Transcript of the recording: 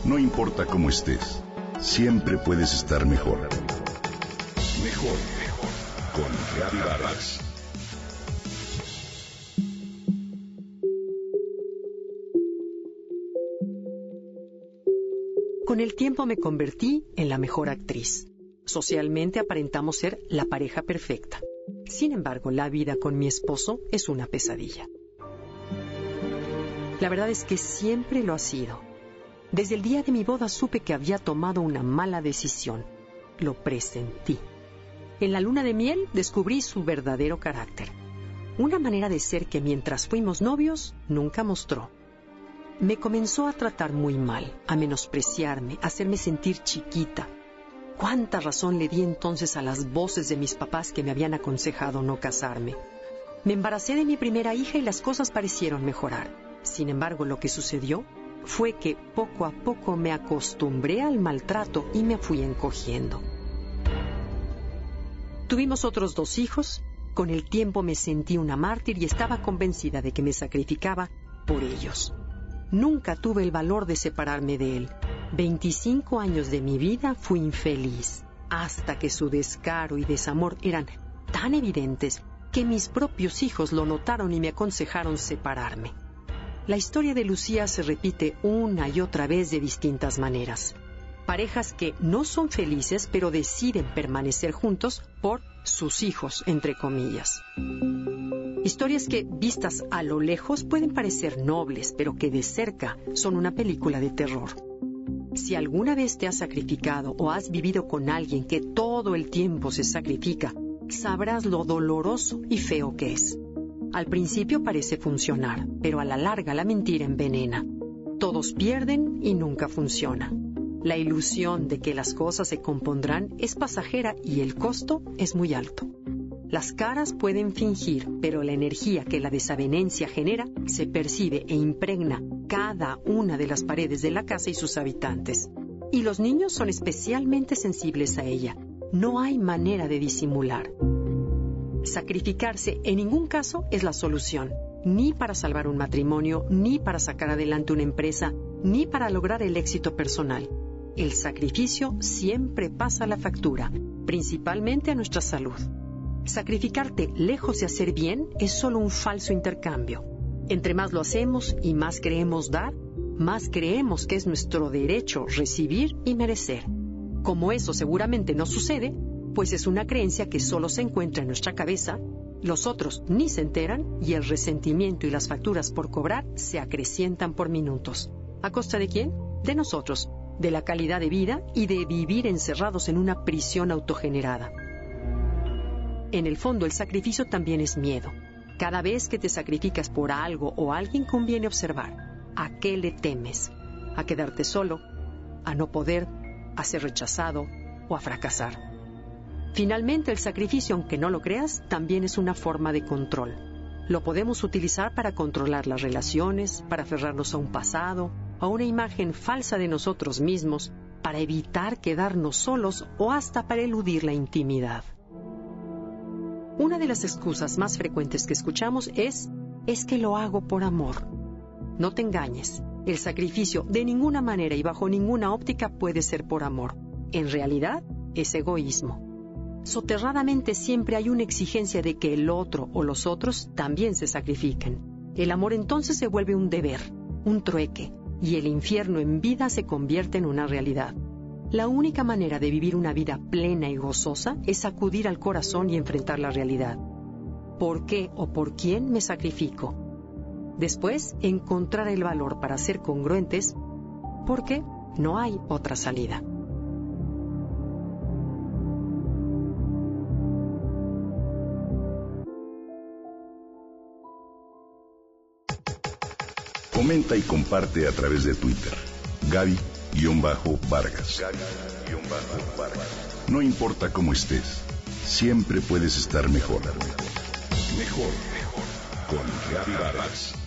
No importa cómo estés, siempre puedes estar mejor. Mejor, mejor. Con Gaby Vargas. Con el tiempo me convertí en la mejor actriz. Socialmente aparentamos ser la pareja perfecta. Sin embargo, la vida con mi esposo es una pesadilla. La verdad es que siempre lo ha sido. Desde el día de mi boda supe que había tomado una mala decisión. Lo presentí. En la luna de miel descubrí su verdadero carácter. Una manera de ser que mientras fuimos novios nunca mostró. Me comenzó a tratar muy mal, a menospreciarme, a hacerme sentir chiquita. ¿Cuánta razón le di entonces a las voces de mis papás que me habían aconsejado no casarme? Me embaracé de mi primera hija y las cosas parecieron mejorar. Sin embargo, lo que sucedió fue que poco a poco me acostumbré al maltrato y me fui encogiendo. Tuvimos otros 2 hijos. Con el tiempo me sentí una mártir y estaba convencida de que me sacrificaba por ellos. Nunca tuve el valor de separarme de él. 25 años de mi vida fui infeliz, hasta que su descaro y desamor eran tan evidentes que mis propios hijos lo notaron y me aconsejaron separarme. La historia de Lucía se repite una y otra vez de distintas maneras. Parejas que no son felices, pero deciden permanecer juntos por sus hijos, entre comillas. Historias que, vistas a lo lejos, pueden parecer nobles, pero que de cerca son una película de terror. Si alguna vez te has sacrificado o has vivido con alguien que todo el tiempo se sacrifica, sabrás lo doloroso y feo que es. Al principio parece funcionar, pero a la larga la mentira envenena. Todos pierden y nunca funciona. La ilusión de que las cosas se compondrán es pasajera y el costo es muy alto. Las caras pueden fingir, pero la energía que la desavenencia genera se percibe e impregna cada una de las paredes de la casa y sus habitantes. Y los niños son especialmente sensibles a ella. No hay manera de disimular. Sacrificarse en ningún caso es la solución, ni para salvar un matrimonio, ni para sacar adelante una empresa, ni para lograr el éxito personal. El sacrificio siempre pasa la factura, principalmente a nuestra salud. Sacrificarte lejos de hacer bien es solo un falso intercambio. Entre más lo hacemos y más creemos dar, más creemos que es nuestro derecho recibir y merecer. Como eso seguramente no sucede, pues es una creencia que solo se encuentra en nuestra cabeza, los otros ni se enteran y el resentimiento y las facturas por cobrar se acrecientan por minutos. ¿A costa de quién? De nosotros, de la calidad de vida y de vivir encerrados en una prisión autogenerada. En el fondo, el sacrificio también es miedo. Cada vez que te sacrificas por algo o alguien conviene observar a qué le temes, a quedarte solo, a no poder, a ser rechazado o a fracasar. Finalmente, el sacrificio, aunque no lo creas, también es una forma de control. Lo podemos utilizar para controlar las relaciones, para aferrarnos a un pasado, a una imagen falsa de nosotros mismos, para evitar quedarnos solos o hasta para eludir la intimidad. Una de las excusas más frecuentes que escuchamos es que lo hago por amor. No te engañes, el sacrificio de ninguna manera y bajo ninguna óptica puede ser por amor. En realidad, es egoísmo. Soterradamente siempre hay una exigencia de que el otro o los otros también se sacrifiquen. El amor entonces se vuelve un deber, un trueque, y el infierno en vida se convierte en una realidad. La única manera de vivir una vida plena y gozosa es acudir al corazón y enfrentar la realidad. ¿Por qué o por quién me sacrifico? Después, encontrar el valor para ser congruentes, porque no hay otra salida. Comenta y comparte a través de Twitter. Gaby-Vargas. No importa cómo estés, siempre puedes estar mejor. Mejor, mejor. Con Gaby Vargas.